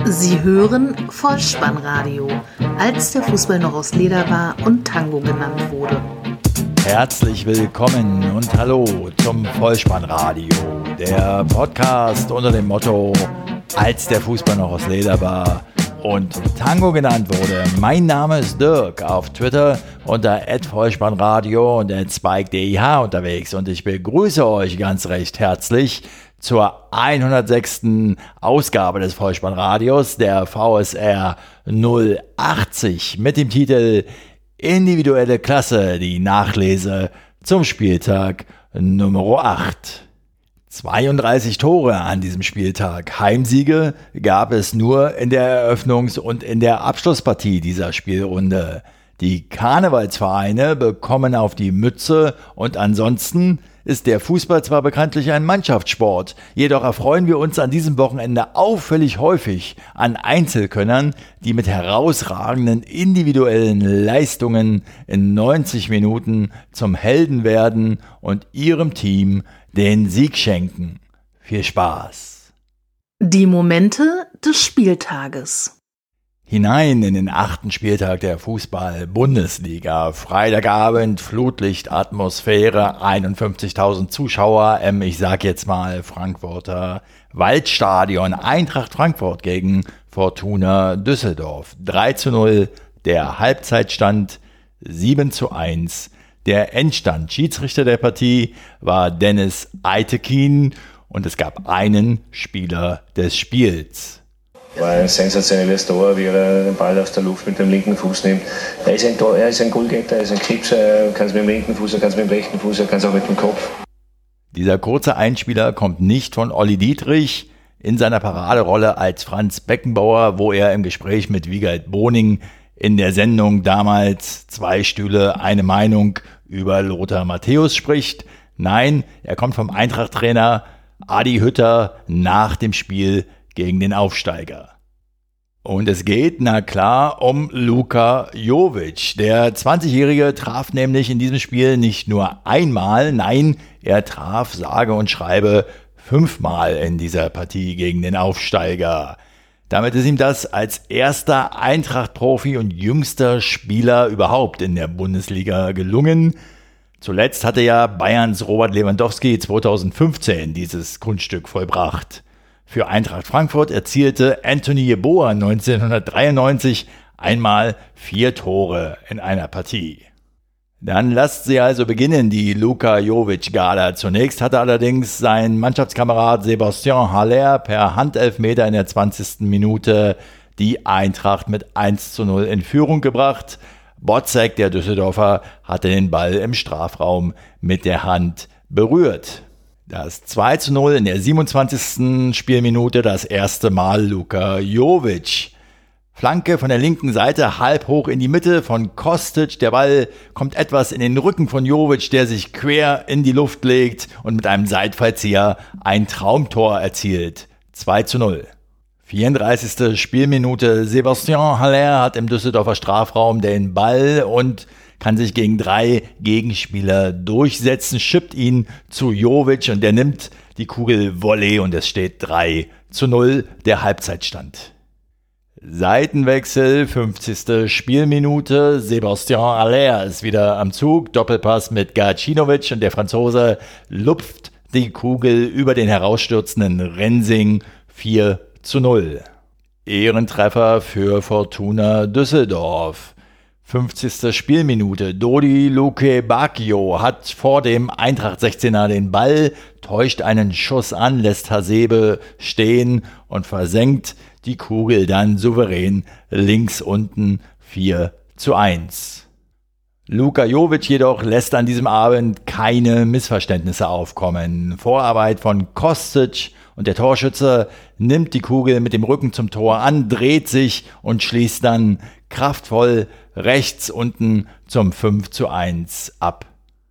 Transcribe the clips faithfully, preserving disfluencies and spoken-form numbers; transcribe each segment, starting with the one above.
Sie hören Vollspannradio, als der Fußball noch aus Leder war und Tango genannt wurde. Herzlich willkommen und hallo zum Vollspannradio, der Podcast unter dem Motto, als der Fußball noch aus Leder war und Tango genannt wurde. Mein Name ist Dirk, auf Twitter unter at vollspannradio und at spike punkt d e h unterwegs und ich begrüße euch ganz recht herzlich zur hundertsechsten Ausgabe des Vollspannradios, der V S R null achtzig mit dem Titel Individuelle Klasse, die Nachlese zum Spieltag Nummer acht. zweiunddreißig Tore an diesem Spieltag. Heimsiege gab es nur in der Eröffnungs- und in der Abschlusspartie dieser Spielrunde. Die Karnevalsvereine bekommen auf die Mütze und ansonsten ist der Fußball zwar bekanntlich ein Mannschaftssport, jedoch erfreuen wir uns an diesem Wochenende auffällig häufig an Einzelkönnern, die mit herausragenden individuellen Leistungen in neunzig Minuten zum Helden werden und ihrem Team den Sieg schenken. Viel Spaß! Die Momente des Spieltages. Hinein in den achten Spieltag der Fußball-Bundesliga. Freitagabend, Flutlichtatmosphäre, einundfünfzigtausend Zuschauer im, ich sag jetzt mal, Frankfurter Waldstadion. Eintracht Frankfurt gegen Fortuna Düsseldorf. drei zu null, der Halbzeitstand sieben zu eins. Der Endstand. Schiedsrichter der Partie war Dennis Eitekin und es gab einen Spieler des Spiels. War ein sensationelles Tor, wie er den Ball aus der Luft mit dem linken Fuß nimmt. Er ist ein, Tor, er ist ein Goalgetter, er ist ein Knipser, er kann es mit dem linken Fuß, er kann es mit dem rechten Fuß, er kann es auch mit dem Kopf. Dieser kurze Einspieler kommt nicht von Olli Dietrich in seiner Paraderolle als Franz Beckenbauer, wo er im Gespräch mit Wiegald Boning in der Sendung damals Zwei Stühle, eine Meinung über Lothar Matthäus spricht. Nein, er kommt vom Eintracht-Trainer Adi Hütter nach dem Spiel gegen den Aufsteiger. Und es geht, na klar, um Luka Jovic. Der zwanzigjährige traf nämlich in diesem Spiel nicht nur einmal, nein, er traf sage und schreibe fünfmal in dieser Partie gegen den Aufsteiger. Damit ist ihm das als erster Eintracht-Profi und jüngster Spieler überhaupt in der Bundesliga gelungen. Zuletzt hatte ja Bayerns Robert Lewandowski zweitausendfünfzehn dieses Kunststück vollbracht. Für Eintracht Frankfurt erzielte Anthony Yeboah neunzehnhundertdreiundneunzig einmal vier Tore in einer Partie. Dann lasst sie also beginnen, die Luka Jovic-Gala. Zunächst hatte allerdings sein Mannschaftskamerad Sebastian Haller per Handelfmeter in der zwanzigsten Minute die Eintracht mit eins zu null in Führung gebracht. Botzek, der Düsseldorfer, hatte den Ball im Strafraum mit der Hand berührt. Das zwei zu null in der siebenundzwanzigsten Spielminute das erste Mal Luka Jovic. Flanke von der linken Seite halb hoch in die Mitte von Kostic. Der Ball kommt etwas in den Rücken von Jovic, der sich quer in die Luft legt und mit einem Seitfallzieher ein Traumtor erzielt. zwei zu null. vierunddreißigste Spielminute. Sebastian Haller hat im Düsseldorfer Strafraum den Ball und kann sich gegen drei Gegenspieler durchsetzen, schippt ihn zu Jovic und der nimmt die Kugel Volley und es steht drei zu null, der Halbzeitstand. Seitenwechsel, fünfzigste Spielminute, Sebastian Haller ist wieder am Zug, Doppelpass mit Gacinovic und der Franzose lupft die Kugel über den herausstürzenden Rensing, vier zu null. Ehrentreffer für Fortuna Düsseldorf. fünfzigste Spielminute. Dodi Luke Bacchio hat vor dem Eintracht-sechzehner den Ball, täuscht einen Schuss an, lässt Hasebe stehen und versenkt die Kugel dann souverän links unten vier zu eins. Luka Jovic jedoch lässt an diesem Abend keine Missverständnisse aufkommen. Vorarbeit von Kostic und der Torschütze nimmt die Kugel mit dem Rücken zum Tor an, dreht sich und schließt dann kraftvoll rechts unten zum fünf zu eins ab.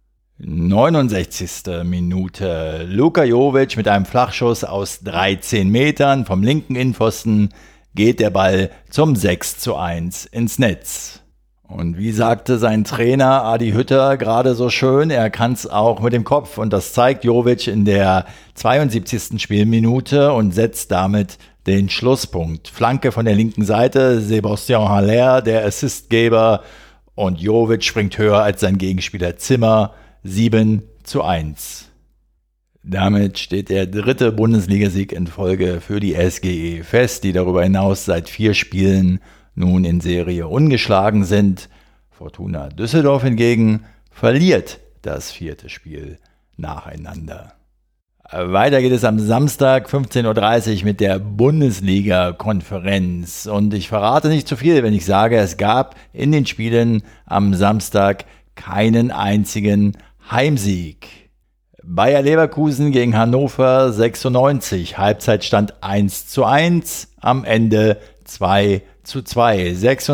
neunundsechzigste Minute. Luka Jovic mit einem Flachschuss aus dreizehn Metern vom linken Innenpfosten geht der Ball zum sechs zu eins ins Netz. Und wie sagte sein Trainer Adi Hütter gerade so schön, er kann es auch mit dem Kopf und das zeigt Jovic in der zweiundsiebzigsten Spielminute und setzt damit den Schlusspunkt. Flanke von der linken Seite, Sebastian Haller, der Assistgeber, und Jovic springt höher als sein Gegenspieler Zimmer, sieben zu eins. Damit steht der dritte Bundesligasieg in Folge für die S G E fest, die darüber hinaus seit vier Spielen nun in Serie ungeschlagen sind. Fortuna Düsseldorf hingegen verliert das vierte Spiel nacheinander. Weiter geht es am Samstag fünfzehn Uhr dreißig mit der Bundesliga-Konferenz. Und ich verrate nicht zu viel, wenn ich sage, es gab in den Spielen am Samstag keinen einzigen Heimsieg. Bayer Leverkusen gegen Hannover sechsundneunzig, Halbzeitstand eins zu eins, am Ende zwei zu zwei.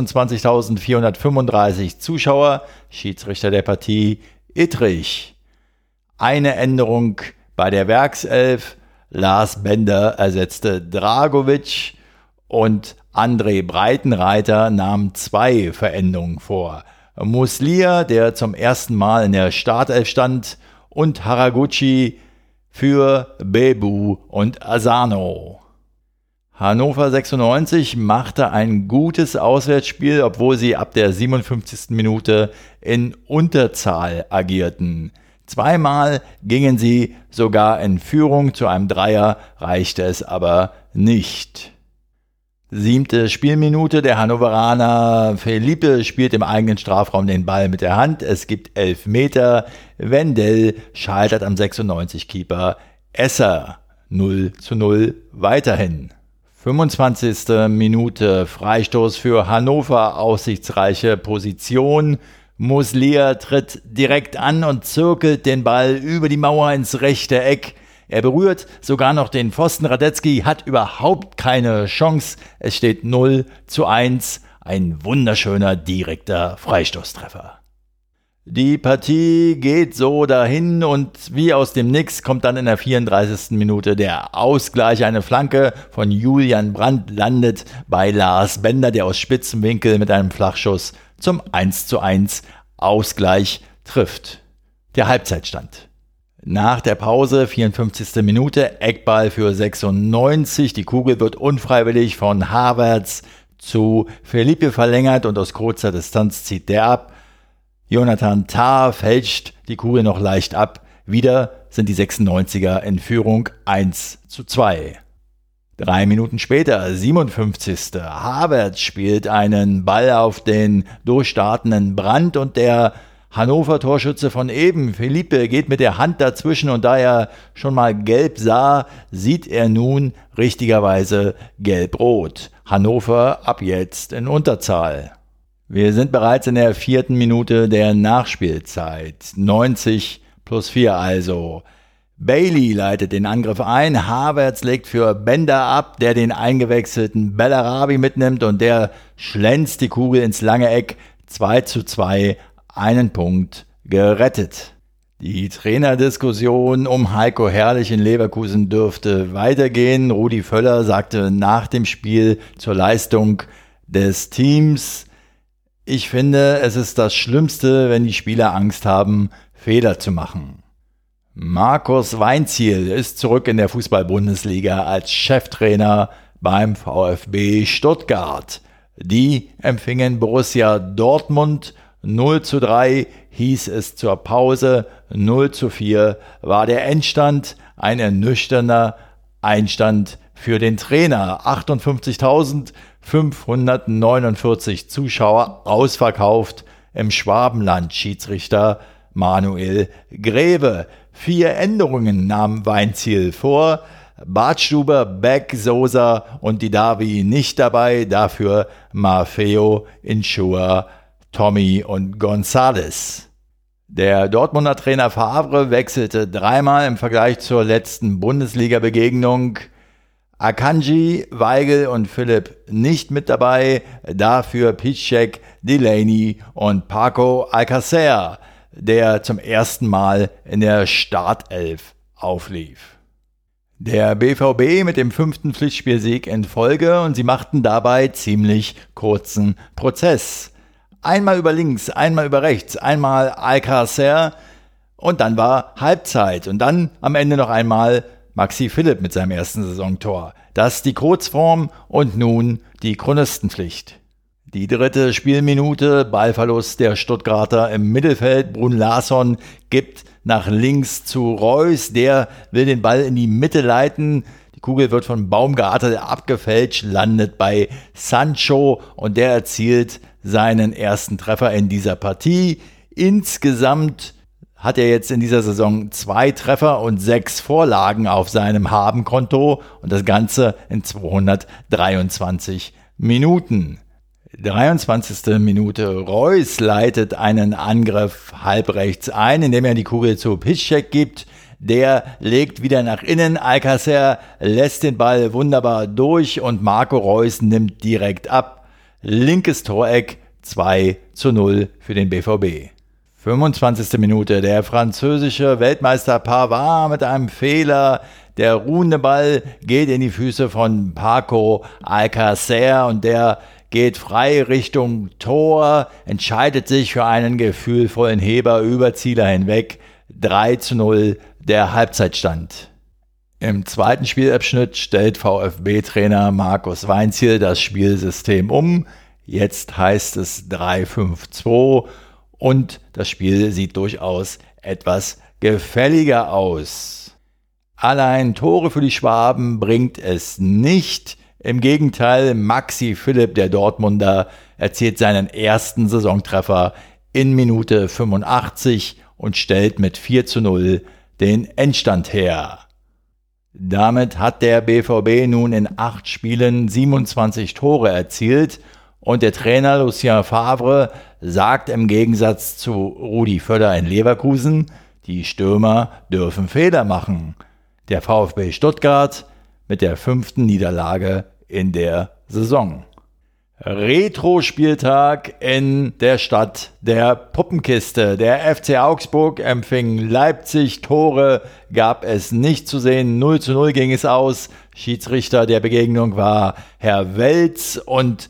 sechsundzwanzigtausendvierhundertfünfunddreißig Zuschauer, Schiedsrichter der Partie Ittrich. Eine Änderung bei der Werkself: Lars Bender ersetzte Dragovic und André Breitenreiter nahm zwei Veränderungen vor. Muslia, der zum ersten Mal in der Startelf stand, und Haraguchi für Bebu und Asano. Hannover sechsundneunzig machte ein gutes Auswärtsspiel, obwohl sie ab der siebenundfünfzigsten Minute in Unterzahl agierten. Zweimal gingen sie sogar in Führung, zu einem Dreier reichte es aber nicht. Siebte Spielminute, der Hannoveraner Felipe spielt im eigenen Strafraum den Ball mit der Hand. Es gibt Elfmeter. Wendell scheitert am sechsundneunzig-Keeper Esser. null zu null weiterhin. fünfundzwanzigste Minute, Freistoß für Hannover, aussichtsreiche Position. Muslia tritt direkt an und zirkelt den Ball über die Mauer ins rechte Eck. Er berührt sogar noch den Pfosten. Radetzky hat überhaupt keine Chance. Es steht null zu eins. Ein wunderschöner, direkter Freistoßtreffer. Die Partie geht so dahin und wie aus dem Nix kommt dann in der vierunddreißigsten Minute der Ausgleich. Eine Flanke von Julian Brandt landet bei Lars Bender, der aus spitzem Winkel mit einem Flachschuss zum eins zu eins Ausgleich trifft. Der Halbzeitstand. Nach der Pause, vierundfünfzigste Minute, Eckball für sechsundneunzig. Die Kugel wird unfreiwillig von Havertz zu Felipe verlängert und aus kurzer Distanz zieht der ab. Jonathan Tah fälscht die Kugel noch leicht ab. Wieder sind die sechsundneunziger in Führung eins zu zwei. Drei Minuten später, siebenundfünfzigste Havertz spielt einen Ball auf den durchstartenden Brandt und der Hannover-Torschütze von eben, Felipe, geht mit der Hand dazwischen und da er schon mal gelb sah, sieht er nun richtigerweise gelb-rot. Hannover ab jetzt in Unterzahl. Wir sind bereits in der vierten Minute der Nachspielzeit. neunzig plus vier also. Bailey leitet den Angriff ein, Havertz legt für Bender ab, der den eingewechselten Bellarabi mitnimmt und der schlänzt die Kugel ins lange Eck. zwei zu zwei, einen Punkt gerettet. Die Trainerdiskussion um Heiko Herrlich in Leverkusen dürfte weitergehen. Rudi Völler sagte nach dem Spiel zur Leistung des Teams: Ich finde, es ist das Schlimmste, wenn die Spieler Angst haben, Fehler zu machen. Markus Weinzierl ist zurück in der Fußball-Bundesliga als Cheftrainer beim VfB Stuttgart. Die empfingen Borussia Dortmund. null zu drei hieß es zur Pause, null zu vier war der Endstand, ein ernüchternder Einstand für den Trainer. achtundfünfzigtausendfünfhundertneunundvierzig Zuschauer ausverkauft im Schwabenland, Schiedsrichter Manuel Greve. Vier Änderungen nahm Weinzierl vor. Bartstuber, Beck, Sosa und Didavi nicht dabei, dafür Maffeo, Insua, Tommy und González. Der Dortmunder Trainer Favre wechselte dreimal im Vergleich zur letzten Bundesliga-Begegnung. Akanji, Weigl und Philipp nicht mit dabei, dafür Piszczek, Delaney und Paco Alcácer, der zum ersten Mal in der Startelf auflief. Der B V B mit dem fünften Pflichtspielsieg in Folge und sie machten dabei ziemlich kurzen Prozess. Einmal über links, einmal über rechts, einmal Alcácer und dann war Halbzeit und dann am Ende noch einmal Maxi Philipp mit seinem ersten Saisontor. Das die Kurzform und nun die Chronistenpflicht. Die dritte Spielminute, Ballverlust der Stuttgarter im Mittelfeld. Brun Larson gibt nach links zu Reus, der will den Ball in die Mitte leiten. Die Kugel wird von Baumgartel abgefälscht, landet bei Sancho und der erzielt seinen ersten Treffer in dieser Partie. Insgesamt hat er jetzt in dieser Saison zwei Treffer und sechs Vorlagen auf seinem Habenkonto und das Ganze in zweihundertdreiundzwanzig Minuten. dreiundzwanzigste Minute. Reus leitet einen Angriff halbrechts ein, indem er die Kugel zu Piszczek gibt. Der legt wieder nach innen. Alcacer lässt den Ball wunderbar durch und Marco Reus nimmt direkt ab. Linkes Toreck, zwei zu null für den B V B. fünfundzwanzigste Minute. Der französische Weltmeister Pavard mit einem Fehler. Der ruhende Ball geht in die Füße von Paco Alcacer und der geht frei Richtung Tor, entscheidet sich für einen gefühlvollen Heber über Zieler hinweg. drei zu null der Halbzeitstand. Im zweiten Spielabschnitt stellt VfB-Trainer Markus Weinzierl das Spielsystem um. Jetzt heißt es drei fünf zwei und das Spiel sieht durchaus etwas gefälliger aus. Allein Tore für die Schwaben bringt es nicht. Im Gegenteil, Maxi Philipp, der Dortmunder, erzielt seinen ersten Saisontreffer in Minute fünfundachtzig und stellt mit vier zu null den Endstand her. Damit hat der B V B nun in acht Spielen siebenundzwanzig Tore erzielt und der Trainer Lucien Favre sagt im Gegensatz zu Rudi Völler in Leverkusen, die Stürmer dürfen Fehler machen. Der VfB Stuttgart mit der fünften Niederlage in der Saison. Retro-Spieltag in der Stadt der Puppenkiste. Der F C Augsburg empfing Leipzig. Tore gab es nicht zu sehen. null zu null ging es aus. Schiedsrichter der Begegnung war Herr Welz und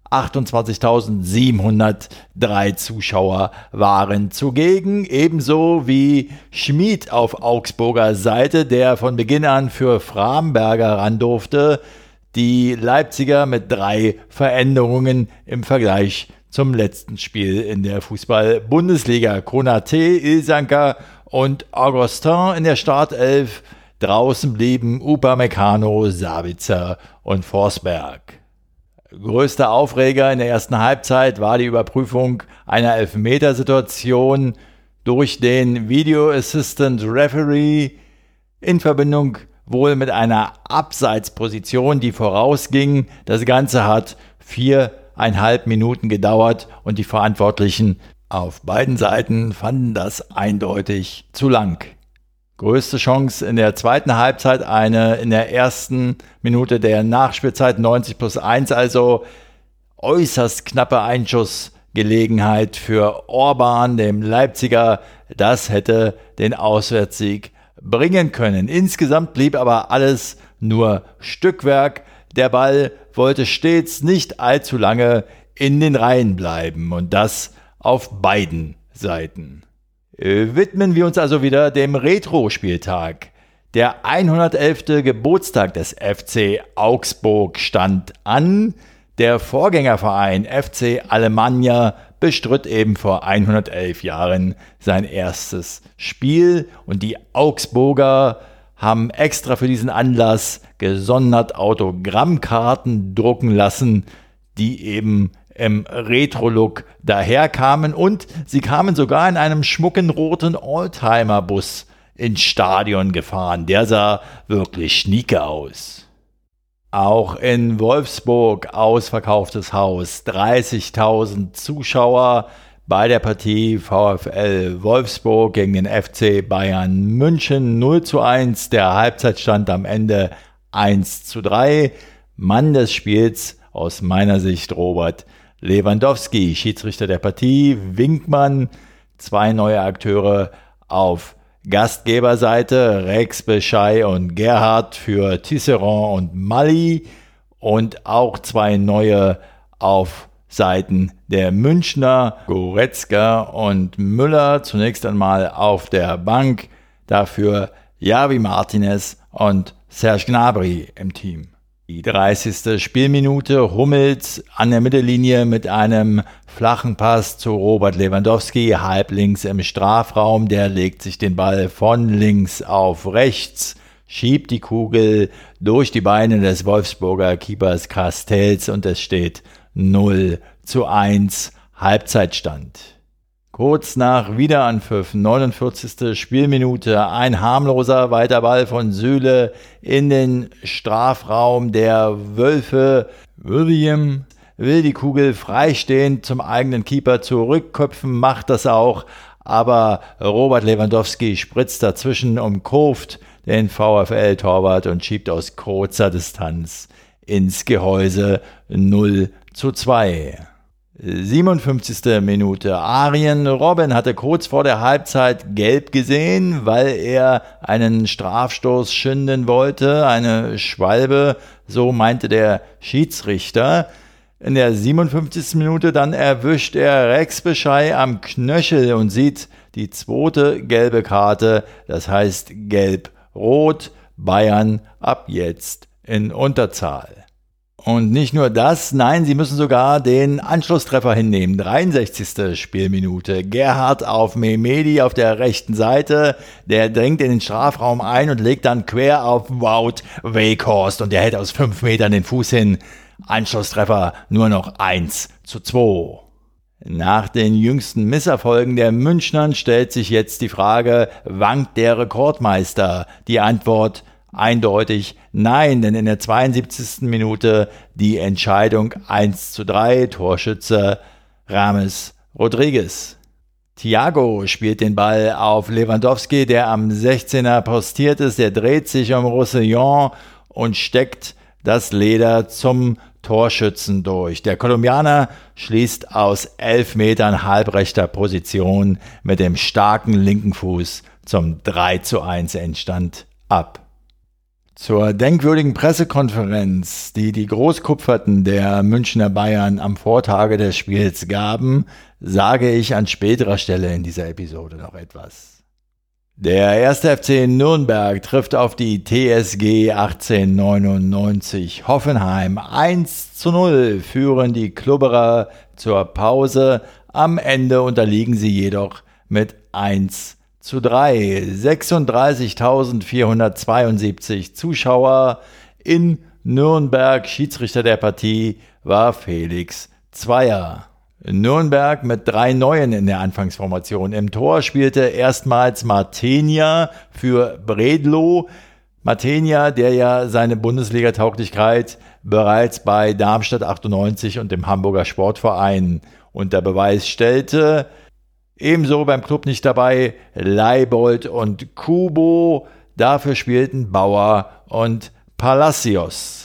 achtundzwanzigtausendsiebenhundertdrei Zuschauer waren zugegen, ebenso wie Schmid auf Augsburger Seite, der von Beginn an für Framberger ran durfte. Die Leipziger mit drei Veränderungen im Vergleich zum letzten Spiel in der Fußball-Bundesliga. Konaté, Ilsanker und Augustin in der Startelf. Draußen blieben Upamecano, Sabitzer und Forsberg. Größter Aufreger in der ersten Halbzeit war die Überprüfung einer Elfmetersituation durch den Video Assistant Referee in Verbindung wohl mit einer Abseitsposition, die vorausging. Das Ganze hat viereinhalb Minuten gedauert und die Verantwortlichen auf beiden Seiten fanden das eindeutig zu lang. Größte Chance in der zweiten Halbzeit, eine in der ersten Minute der Nachspielzeit, neunzig plus eins, also äußerst knappe Einschussgelegenheit für Orban, dem Leipziger. Das hätte den Auswärtssieg bringen können. Insgesamt blieb aber alles nur Stückwerk. Der Ball wollte stets nicht allzu lange in den Reihen bleiben und das auf beiden Seiten. Widmen wir uns also wieder dem Retro-Spieltag. Der hundertelfte Geburtstag des F C Augsburg stand an. Der Vorgängerverein F C Alemannia bestritt eben vor hundertelf Jahren sein erstes Spiel und die Augsburger haben extra für diesen Anlass gesondert Autogrammkarten drucken lassen, die eben im Retro-Look daherkamen und sie kamen sogar in einem schmucken roten Oldtimer-Bus ins Stadion gefahren. Der sah wirklich schnieke aus. Auch in Wolfsburg ausverkauftes Haus, dreißigtausend Zuschauer bei der Partie VfL Wolfsburg gegen den F C Bayern München, null zu eins, der Halbzeitstand am Ende eins zu drei. Mann des Spiels aus meiner Sicht Robert Lewandowski, Schiedsrichter der Partie, Winkmann, zwei neue Akteure auf Gastgeberseite, Rex Beschei und Gerhard für Tisserand und Mali und auch zwei neue auf Seiten der Münchner, Goretzka und Müller, zunächst einmal auf der Bank, dafür Javi Martinez und Serge Gnabry im Team. Die dreißigste Spielminute, Hummels an der Mittellinie mit einem flachen Pass zu Robert Lewandowski, halblinks im Strafraum. Der legt sich den Ball von links auf rechts, schiebt die Kugel durch die Beine des Wolfsburger Keepers Castells und es steht null zu eins, Halbzeitstand. Kurz nach Wiederanpfiff, neunundvierzigste Spielminute, ein harmloser weiter Ball von Süle in den Strafraum der Wölfe. William will die Kugel freistehend zum eigenen Keeper zurückköpfen, macht das auch, aber Robert Lewandowski spritzt dazwischen, umkurvt den VfL-Torwart und schiebt aus kurzer Distanz ins Gehäuse. Null zu zwei. siebenundfünfzigste Minute. Arjen Robben hatte kurz vor der Halbzeit gelb gesehen, weil er einen Strafstoß schinden wollte, eine Schwalbe, so meinte der Schiedsrichter. In der siebenundfünfzigsten Minute dann erwischt er Rex Beschei am Knöchel und sieht die zweite gelbe Karte, das heißt gelb-rot, Bayern ab jetzt in Unterzahl. Und nicht nur das, nein, sie müssen sogar den Anschlusstreffer hinnehmen. dreiundsechzigste Spielminute. Gerhard auf Mehmedi auf der rechten Seite. Der dringt in den Strafraum ein und legt dann quer auf Wout Weghorst. Und der hält aus fünf Metern den Fuß hin. Anschlusstreffer nur noch eins zu zwei. Nach den jüngsten Misserfolgen der Münchnern stellt sich jetzt die Frage, wankt der Rekordmeister? Die Antwort eindeutig nein, denn in der zweiundsiebzigsten Minute die Entscheidung eins zu drei, Torschütze James Rodriguez. Thiago spielt den Ball auf Lewandowski, der am sechzehner postiert ist, der dreht sich um Roussillon und steckt das Leder zum Torschützen durch. Der Kolumbianer schließt aus elf Metern halbrechter Position mit dem starken linken Fuß zum drei zu eins Endstand ab. Zur denkwürdigen Pressekonferenz, die die Großkupferten der Münchner Bayern am Vortage des Spiels gaben, sage ich an späterer Stelle in dieser Episode noch etwas. Der erste F C Nürnberg trifft auf die T S G achtzehnhundertneunundneunzig Hoffenheim. eins zu null führen die Klubberer zur Pause. Am Ende unterliegen sie jedoch mit eins zu drei. sechsunddreißigtausendvierhundertzweiundsiebzig Zuschauer in Nürnberg. Schiedsrichter der Partie war Felix Zweier. Nürnberg mit drei Neuen in der Anfangsformation. Im Tor spielte erstmals Martenia für Bredlow. Martenia, der ja seine Bundesliga-Tauglichkeit bereits bei Darmstadt achtundneunzig und dem Hamburger Sportverein unter Beweis stellte. Ebenso beim Club nicht dabei Leibold und Kubo. Dafür spielten Bauer und Palacios.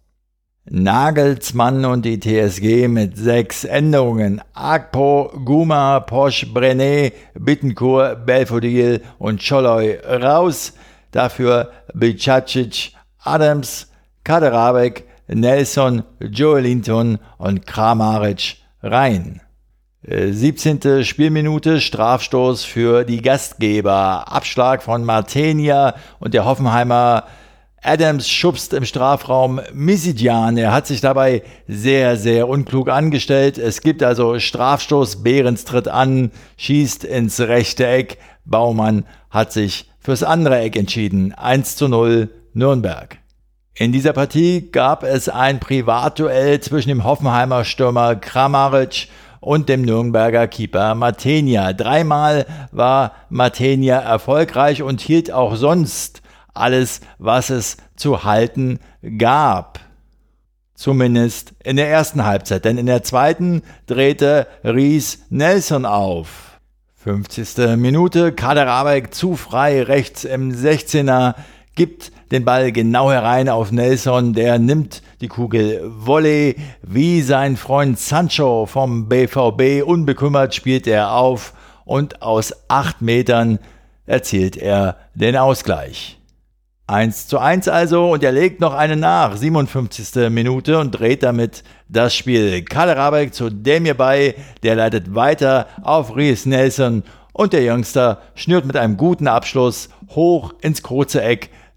Nagelsmann und die T S G mit sechs Änderungen. Akpo, Guma, Posch, Brené, Bittencourt, Belfodil und Scholloy raus. Dafür Bicacic, Adams, Kaderabek, Nelson, Joelinton und Kramaric rein. siebzehnte Spielminute, Strafstoß für die Gastgeber. Abschlag von Martenia und der Hoffenheimer Adams schubst im Strafraum Misidjan. Er hat sich dabei sehr, sehr unklug angestellt. Es gibt also Strafstoß, Behrens tritt an, schießt ins rechte Eck. Baumann hat sich fürs andere Eck entschieden. eins zu null Nürnberg. In dieser Partie gab es ein Privatduell zwischen dem Hoffenheimer Stürmer Kramaric und dem Nürnberger Keeper Martenia. Dreimal war Martenia erfolgreich und hielt auch sonst alles, was es zu halten gab. Zumindest in der ersten Halbzeit, denn in der zweiten drehte Ries Nelson auf. fünfzigste Minute, Kaderabek zu frei rechts im sechzehner, gibt den Ball genau herein auf Nelson, der nimmt die Kugel Volley, wie sein Freund Sancho vom B V B, unbekümmert spielt er auf und aus acht Metern erzielt er den Ausgleich. eins zu eins also und er legt noch eine nach, siebenundfünfzigste Minute und dreht damit das Spiel. Kaderabek zu Demir bei, der leitet weiter auf Ries Nelson und der Youngster schnürt mit einem guten Abschluss hoch ins kurze Eck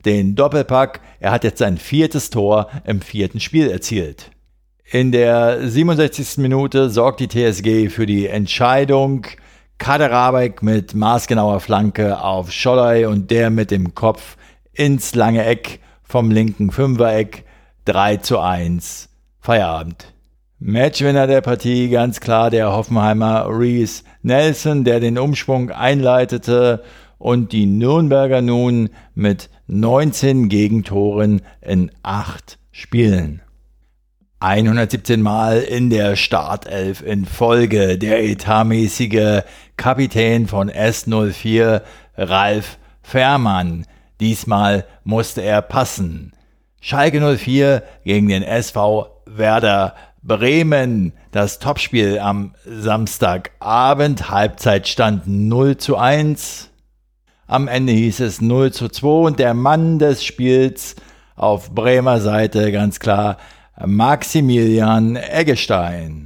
den Doppelpack. Er hat jetzt sein viertes Tor im vierten Spiel erzielt. In der siebenundsechzigsten Minute sorgt die T S G für die Entscheidung. Kaderabek mit maßgenauer Flanke auf Scholloy und der mit dem Kopf ins lange Eck vom linken Fünfereck. drei zu eins. Feierabend. Matchwinner der Partie ganz klar der Hoffenheimer Reiss Nelson, der den Umschwung einleitete und die Nürnberger nun mit neunzehn Gegentoren in acht Spielen. hundertsiebzehn Mal in der Startelf in Folge der etatmäßige Kapitän von S null vier, Ralf Fährmann. Diesmal musste er passen. Schalke null vier gegen den S V Werder Bremen. Das Topspiel am Samstagabend. Halbzeitstand null zu eins. Am Ende hieß es null zu zwei und der Mann des Spiels auf Bremer Seite ganz klar Maximilian Eggestein.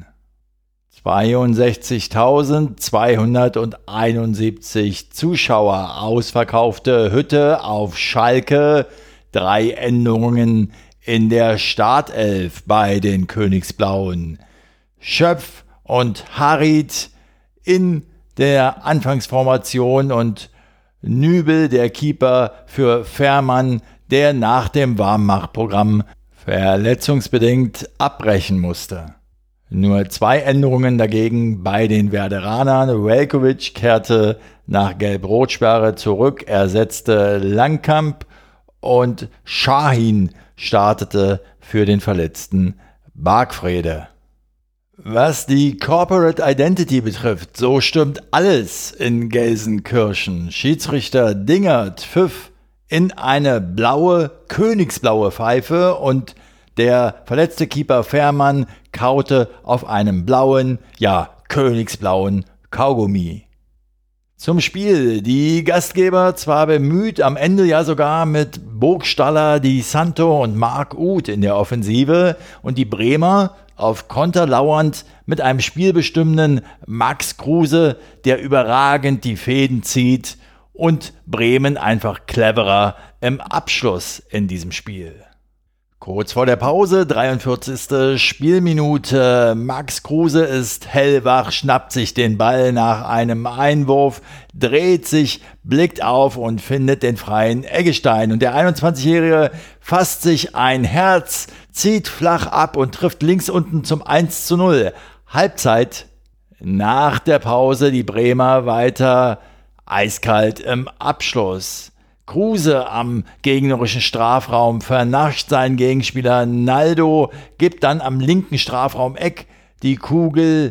zweiundsechzigtausendzweihunderteinundsiebzig Zuschauer, ausverkaufte Hütte auf Schalke, drei Änderungen in der Startelf bei den Königsblauen. Schöpf und Harit in der Anfangsformation und Nübel, der Keeper, für Fährmann, der nach dem Warmmachprogramm verletzungsbedingt abbrechen musste. Nur zwei Änderungen dagegen bei den Werderanern. Veljković kehrte nach Gelb-Rot-Sperre zurück, ersetzte Langkamp und Şahin startete für den verletzten Bargfrede. Was die Corporate Identity betrifft, so stimmt alles in Gelsenkirchen. Schiedsrichter Dingert pfiff in eine blaue, königsblaue Pfeife und der verletzte Keeper Fährmann kaute auf einem blauen, ja königsblauen Kaugummi. Zum Spiel. Die Gastgeber zwar bemüht, am Ende ja sogar mit Burgstaller, Di Santo und Marc Uth in der Offensive und die Bremer auf Konter lauernd mit einem spielbestimmenden Max Kruse, der überragend die Fäden zieht, und Bremen einfach cleverer im Abschluss in diesem Spiel. Kurz vor der Pause, dreiundvierzigste Spielminute, Max Kruse ist hellwach, schnappt sich den Ball nach einem Einwurf, dreht sich, blickt auf und findet den freien Eggestein. Und der einundzwanzigjährige fasst sich ein Herz, zieht flach ab und trifft links unten zum eins zu null. Halbzeit. Nach der Pause die Bremer weiter eiskalt im Abschluss. Kruse am gegnerischen Strafraum vernascht seinen Gegenspieler Naldo, gibt dann am linken Strafraum-Eck die Kugel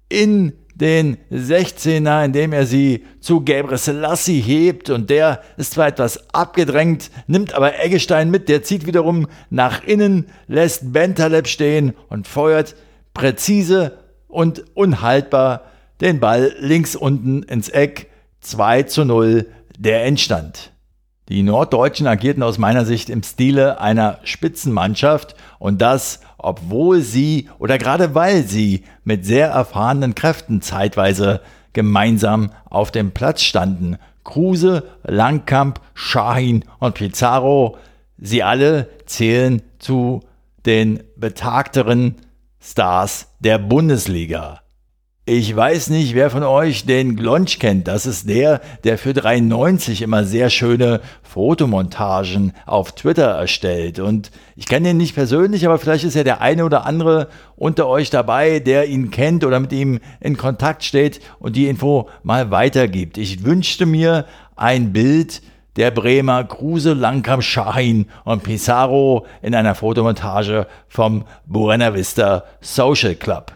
in den sechzehner, indem er sie zu Gebre Selassie hebt, und der ist zwar etwas abgedrängt, nimmt aber Eggestein mit, der zieht wiederum nach innen, lässt Bentaleb stehen und feuert präzise und unhaltbar den Ball links unten ins Eck. zwei zu null der Endstand. Die Norddeutschen agierten aus meiner Sicht im Stile einer Spitzenmannschaft, und das, obwohl sie oder gerade weil sie mit sehr erfahrenen Kräften zeitweise gemeinsam auf dem Platz standen. Kruse, Langkamp, Şahin und Pizarro, sie alle zählen zu den betagteren Stars der Bundesliga. Ich weiß nicht, wer von euch den Glonsch kennt. Das ist der, der für drei neunzig immer sehr schöne Fotomontagen auf Twitter erstellt. Und ich kenne ihn nicht persönlich, aber vielleicht ist ja der eine oder andere unter euch dabei, der ihn kennt oder mit ihm in Kontakt steht und die Info mal weitergibt. Ich wünschte mir ein Bild der Bremer Kruse, Langkamp, Şahin und Pizarro in einer Fotomontage vom Buena Vista Social Club.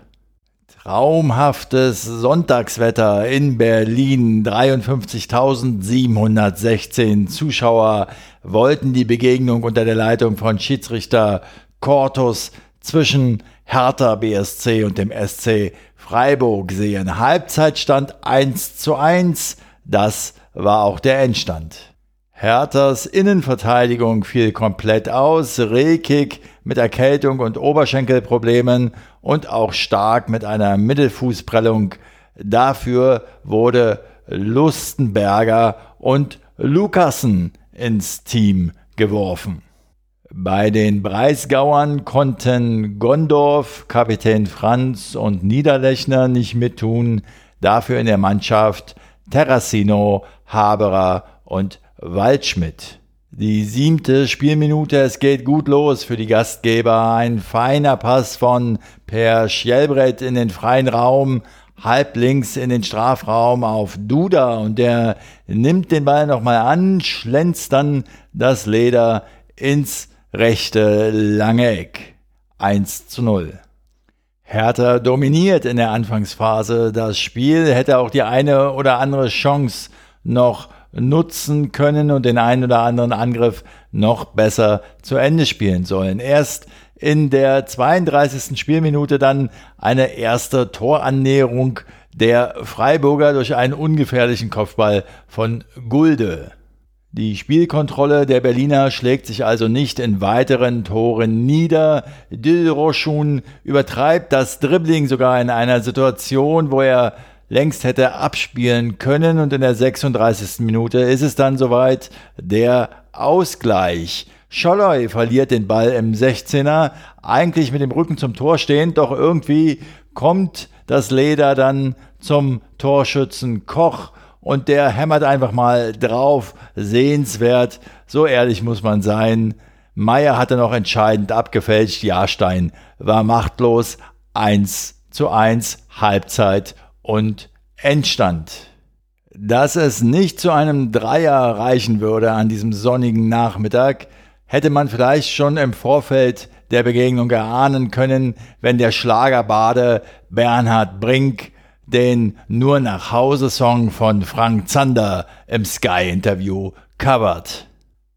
Traumhaftes Sonntagswetter in Berlin. dreiundfünfzigtausendsiebenhundertsechzehn Zuschauer wollten die Begegnung unter der Leitung von Schiedsrichter Cortus zwischen Hertha B S C und dem S C Freiburg sehen. Halbzeitstand eins zu eins. Das war auch der Endstand. Herthas Innenverteidigung fiel komplett aus. Rekik mit Erkältung und Oberschenkelproblemen und auch Stark mit einer Mittelfußprellung. Dafür wurde Lustenberger und Lukassen ins Team geworfen. Bei den Breisgauern konnten Gondorf, Kapitän Franz und Niederlechner nicht mittun, dafür in der Mannschaft Terracino, Haberer und Waldschmidt. Die siebte Spielminute, es geht gut los für die Gastgeber. Ein feiner Pass von Per Schjelbrett in den freien Raum, halblinks in den Strafraum auf Duda und der nimmt den Ball nochmal an, schlänzt dann das Leder ins rechte lange Eck. eins zu null. Hertha dominiert in der Anfangsphase das Spiel, hätte auch die eine oder andere Chance noch nutzen können und den einen oder anderen Angriff noch besser zu Ende spielen sollen. Erst in der zweiunddreißigsten Spielminute dann eine erste Torannäherung der Freiburger durch einen ungefährlichen Kopfball von Gulde. Die Spielkontrolle der Berliner schlägt sich also nicht in weiteren Toren nieder. Dilrosun übertreibt das Dribbling sogar in einer Situation, wo er längst hätte abspielen können, und in der sechsunddreißigsten Minute ist es dann soweit, der Ausgleich. Scholloy verliert den Ball im sechzehner, eigentlich mit dem Rücken zum Tor stehend, doch irgendwie kommt das Leder dann zum Torschützen Koch und der hämmert einfach mal drauf, sehenswert, so ehrlich muss man sein. Meier hatte noch entscheidend abgefälscht, Jahrstein war machtlos, eins zu eins, Halbzeit und Endstand. Dass es nicht zu einem Dreier reichen würde an diesem sonnigen Nachmittag, hätte man vielleicht schon im Vorfeld der Begegnung erahnen können, wenn der Schlagerbade Bernhard Brink den Nur-nach-Hause-Song von Frank Zander im Sky-Interview covert.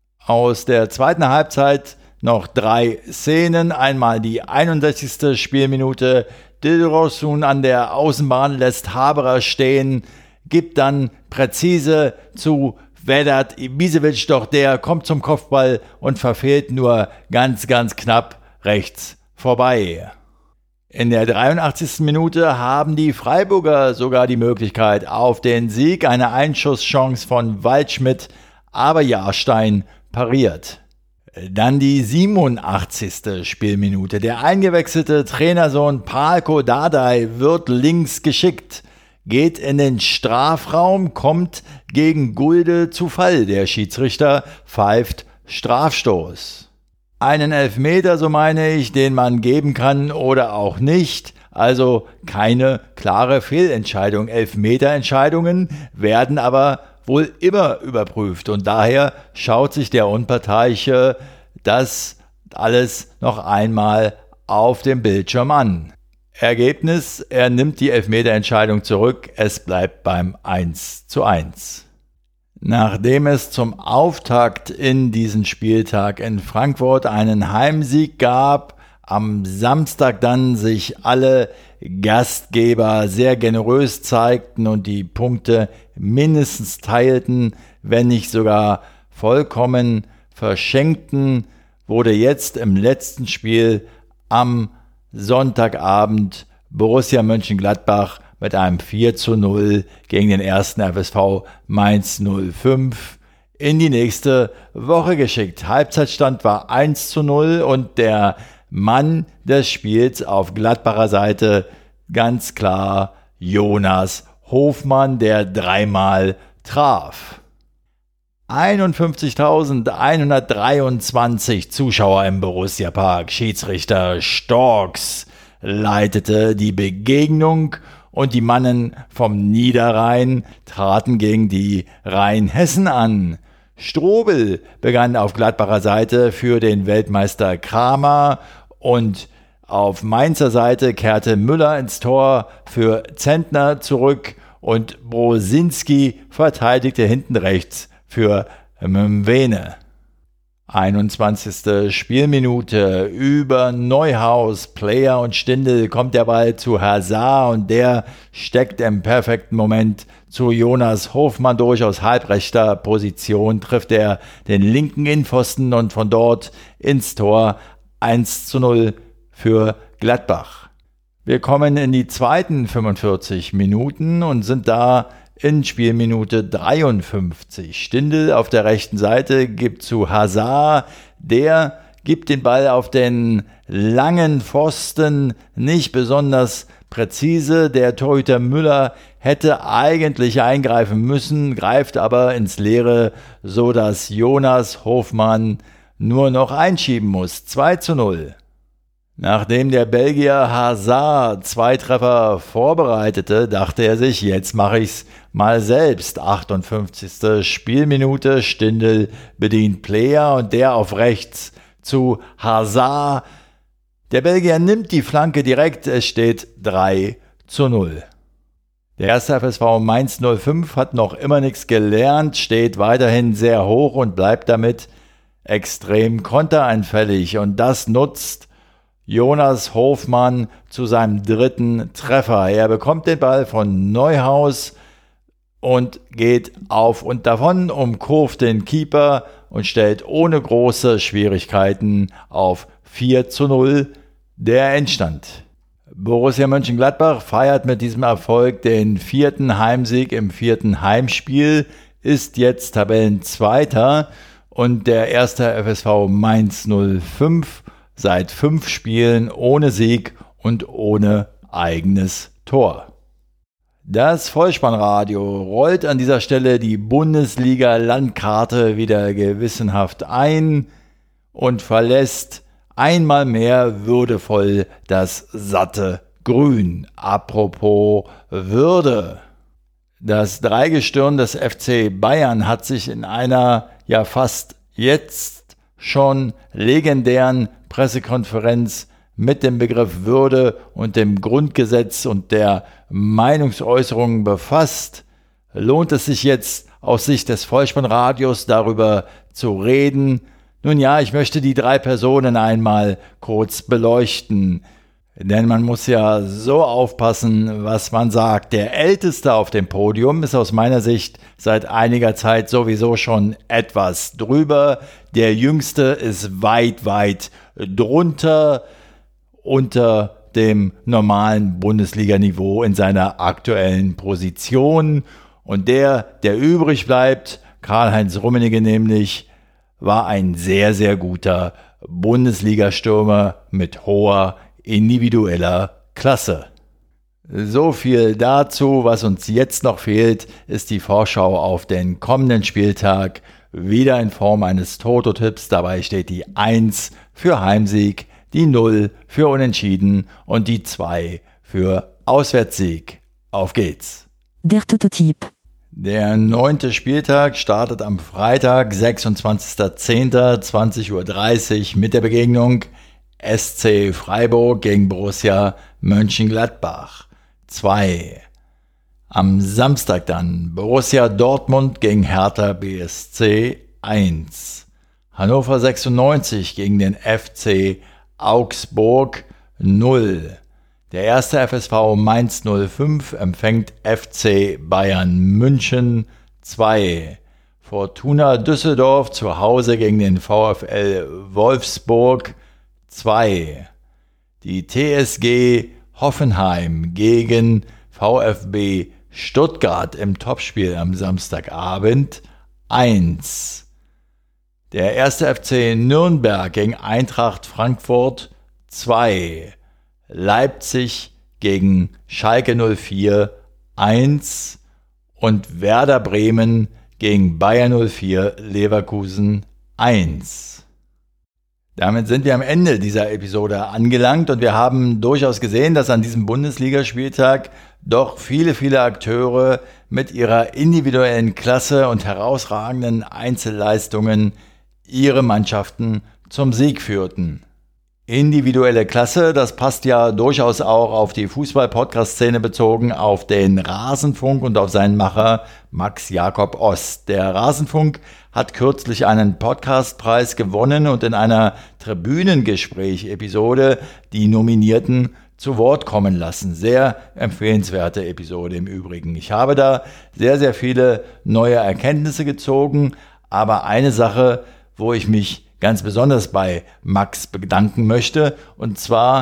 Aus der zweiten Halbzeit noch drei Szenen. Einmal die einundsechzigste Spielminute. Dilrosun an der Außenbahn lässt Haberer stehen, gibt dann präzise zu Vedat Ibisevic, doch der kommt zum Kopfball und verfehlt nur ganz, ganz knapp rechts vorbei. In der dreiundachtzigsten Minute haben die Freiburger sogar die Möglichkeit auf den Sieg, eine Einschusschance von Waldschmidt, aber Jahrstein pariert. Dann die siebenundachtzigste Spielminute. Der eingewechselte Trainersohn Palko Dardai wird links geschickt, geht in den Strafraum, kommt gegen Gulde zu Fall. Der Schiedsrichter pfeift Strafstoß. Einen Elfmeter, so meine ich, den man geben kann oder auch nicht. Also keine klare Fehlentscheidung. Elfmeterentscheidungen werden aber wohl immer überprüft und daher schaut sich der Unparteiische das alles noch einmal auf dem Bildschirm an. Ergebnis: Er nimmt die Elfmeterentscheidung zurück, es bleibt beim eins zu eins. Nachdem es zum Auftakt in diesen Spieltag in Frankfurt einen Heimsieg gab, am Samstag dann sich alle Gastgeber sehr generös zeigten und die Punkte mindestens teilten, wenn nicht sogar vollkommen verschenkten, wurde jetzt im letzten Spiel am Sonntagabend Borussia Mönchengladbach mit einem vier zu null gegen den ersten F S V Mainz null fünf in die nächste Woche geschickt. Halbzeitstand war eins zu null und der Mann des Spiels auf Gladbacher Seite ganz klar Jonas Hofmann, der dreimal traf. einundfünfzigtausendeinhundertdreiundzwanzig Zuschauer im Borussia-Park. Schiedsrichter Storks leitete die Begegnung und die Mannen vom Niederrhein traten gegen die Rheinhessen an. Strobel begann auf Gladbacher Seite für den Weltmeister Kramer und auf Mainzer Seite kehrte Müller ins Tor für Zentner zurück und Brosinski verteidigte hinten rechts für Mwene. einundzwanzigste Spielminute über Neuhaus, Player und Stindl kommt der Ball zu Hazard und der steckt im perfekten Moment zu Jonas Hofmann durch. Aus halbrechter Position trifft er den linken Innenpfosten und von dort ins Tor. eins zu null für Gladbach. Wir kommen in die zweiten fünfundvierzig Minuten und sind da in Spielminute dreiundfünfzig. Stindl auf der rechten Seite gibt zu Hazard, der gibt den Ball auf den langen Pfosten, nicht besonders präzise. Der Torhüter Müller hätte eigentlich eingreifen müssen, greift aber ins Leere, so dass Jonas Hofmann nur noch einschieben muss. zwei zu null. Nachdem der Belgier Hazard zwei Treffer vorbereitete, dachte er sich, jetzt mache ich's mal selbst. achtundfünfzigste Spielminute, Stindl bedient Player und der auf rechts zu Hazard. Der Belgier nimmt die Flanke direkt, es steht drei zu null. Der erste F S V Mainz null fünf hat noch immer nichts gelernt, steht weiterhin sehr hoch und bleibt damit extrem konteranfällig. Und das nutzt Jonas Hofmann zu seinem dritten Treffer. Er bekommt den Ball von Neuhaus und geht auf und davon, umkurvt den Keeper und stellt ohne große Schwierigkeiten auf vier zu null der Endstand. Borussia Mönchengladbach feiert mit diesem Erfolg den vierten Heimsieg im vierten Heimspiel, ist jetzt Tabellenzweiter und der erste F S V Mainz null fünf seit fünf Spielen ohne Sieg und ohne eigenes Tor. Das Vollspannradio rollt an dieser Stelle die Bundesliga-Landkarte wieder gewissenhaft ein und verlässt einmal mehr würdevoll das satte Grün. Apropos Würde. Das Dreigestirn des F C Bayern hat sich in einer ja fast jetzt schon legendären Pressekonferenz mit dem Begriff Würde und dem Grundgesetz und der Meinungsäußerung befasst. Lohnt es sich jetzt aus Sicht des Vollspannradios darüber zu reden? Nun ja, ich möchte die drei Personen einmal kurz beleuchten, denn man muss ja so aufpassen, was man sagt. Der Älteste auf dem Podium ist aus meiner Sicht seit einiger Zeit sowieso schon etwas drüber. Der Jüngste ist weit, weit drunter, unter dem normalen Bundesliga-Niveau in seiner aktuellen Position. Und der, der übrig bleibt, Karl-Heinz Rummenigge nämlich, war ein sehr, sehr guter Bundesliga-Stürmer mit hoher individueller Klasse. So viel dazu. Was uns jetzt noch fehlt, ist die Vorschau auf den kommenden Spieltag, wieder in Form eines Toto-Tipps. Dabei steht die eins für Heimsieg, die null für Unentschieden und die zwei für Auswärtssieg. Auf geht's! Der Toto-Tipp. Der neunte Spieltag startet am Freitag, sechsundzwanzigster zehnter zwanzig Uhr dreißig mit der Begegnung S C Freiburg gegen Borussia Mönchengladbach zwei. Am Samstag dann Borussia Dortmund gegen Hertha B S C eins. Hannover sechsundneunzig gegen den F C Augsburg null. Der erste F S V Mainz null fünf empfängt F C Bayern München zwei. Fortuna Düsseldorf zu Hause gegen den VfL Wolfsburg zwei. Die T S G Hoffenheim gegen VfB Stuttgart im Topspiel am Samstagabend eins. Der erste F C Nürnberg gegen Eintracht Frankfurt zwei. Leipzig gegen Schalke null vier eins und Werder Bremen gegen Bayer null vier Leverkusen eins. Damit sind wir am Ende dieser Episode angelangt und wir haben durchaus gesehen, dass an diesem Bundesligaspieltag doch viele, viele Akteure mit ihrer individuellen Klasse und herausragenden Einzelleistungen ihre Mannschaften zum Sieg führten. Individuelle Klasse, das passt ja durchaus auch auf die Fußball-Podcast-Szene bezogen, auf den Rasenfunk und auf seinen Macher Max Jakob Ost. Der Rasenfunk hat kürzlich einen Podcastpreis gewonnen und in einer Tribünengespräch-Episode die Nominierten zu Wort kommen lassen. Sehr empfehlenswerte Episode im Übrigen. Ich habe da sehr, sehr viele neue Erkenntnisse gezogen, aber eine Sache, wo ich mich ganz besonders bei Max bedanken möchte, und zwar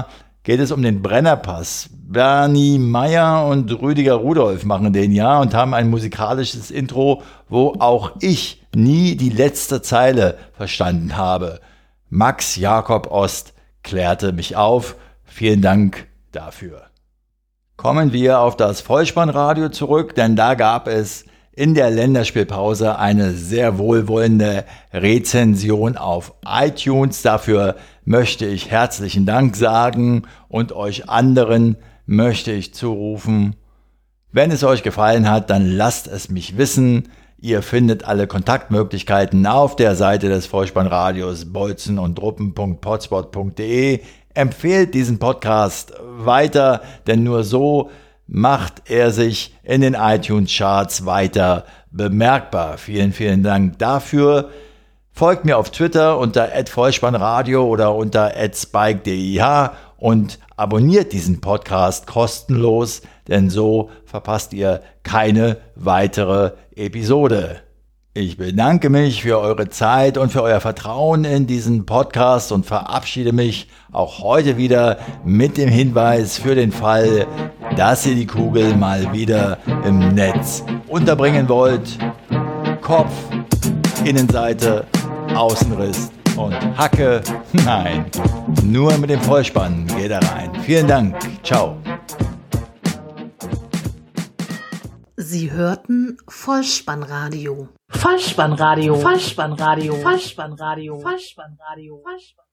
geht es um den Brennerpass. Bernie Meyer und Rüdiger Rudolph machen den ja und haben ein musikalisches Intro, wo auch ich nie die letzte Zeile verstanden habe. Max Jakob Ost klärte mich auf. Vielen Dank dafür. Kommen wir auf das Vollspannradio zurück, denn da gab es in der Länderspielpause eine sehr wohlwollende Rezension auf iTunes. Dafür möchte ich herzlichen Dank sagen und euch anderen möchte ich zurufen, wenn es euch gefallen hat, dann lasst es mich wissen. Ihr findet alle Kontaktmöglichkeiten auf der Seite des Vollspannradios bolzen und druppen punkt potspot punkt de. Empfehlt diesen Podcast weiter, denn nur so macht er sich in den iTunes-Charts weiter bemerkbar. Vielen, vielen Dank dafür. Folgt mir auf Twitter unter at vollspannradio oder unter at spike punkt dih und abonniert diesen Podcast kostenlos, denn so verpasst ihr keine weitere Episode. Ich bedanke mich für eure Zeit und für euer Vertrauen in diesen Podcast und verabschiede mich auch heute wieder mit dem Hinweis für den Fall, dass ihr die Kugel mal wieder im Netz unterbringen wollt. Kopf, Innenseite, Außenriss und Hacke. Nein, nur mit dem Vollspann geht er rein. Vielen Dank. Ciao. Sie hörten Vollspannradio. Vollspannradio, Vollspannradio, Vollspannradio, Vollspannradio, Vollspannradio.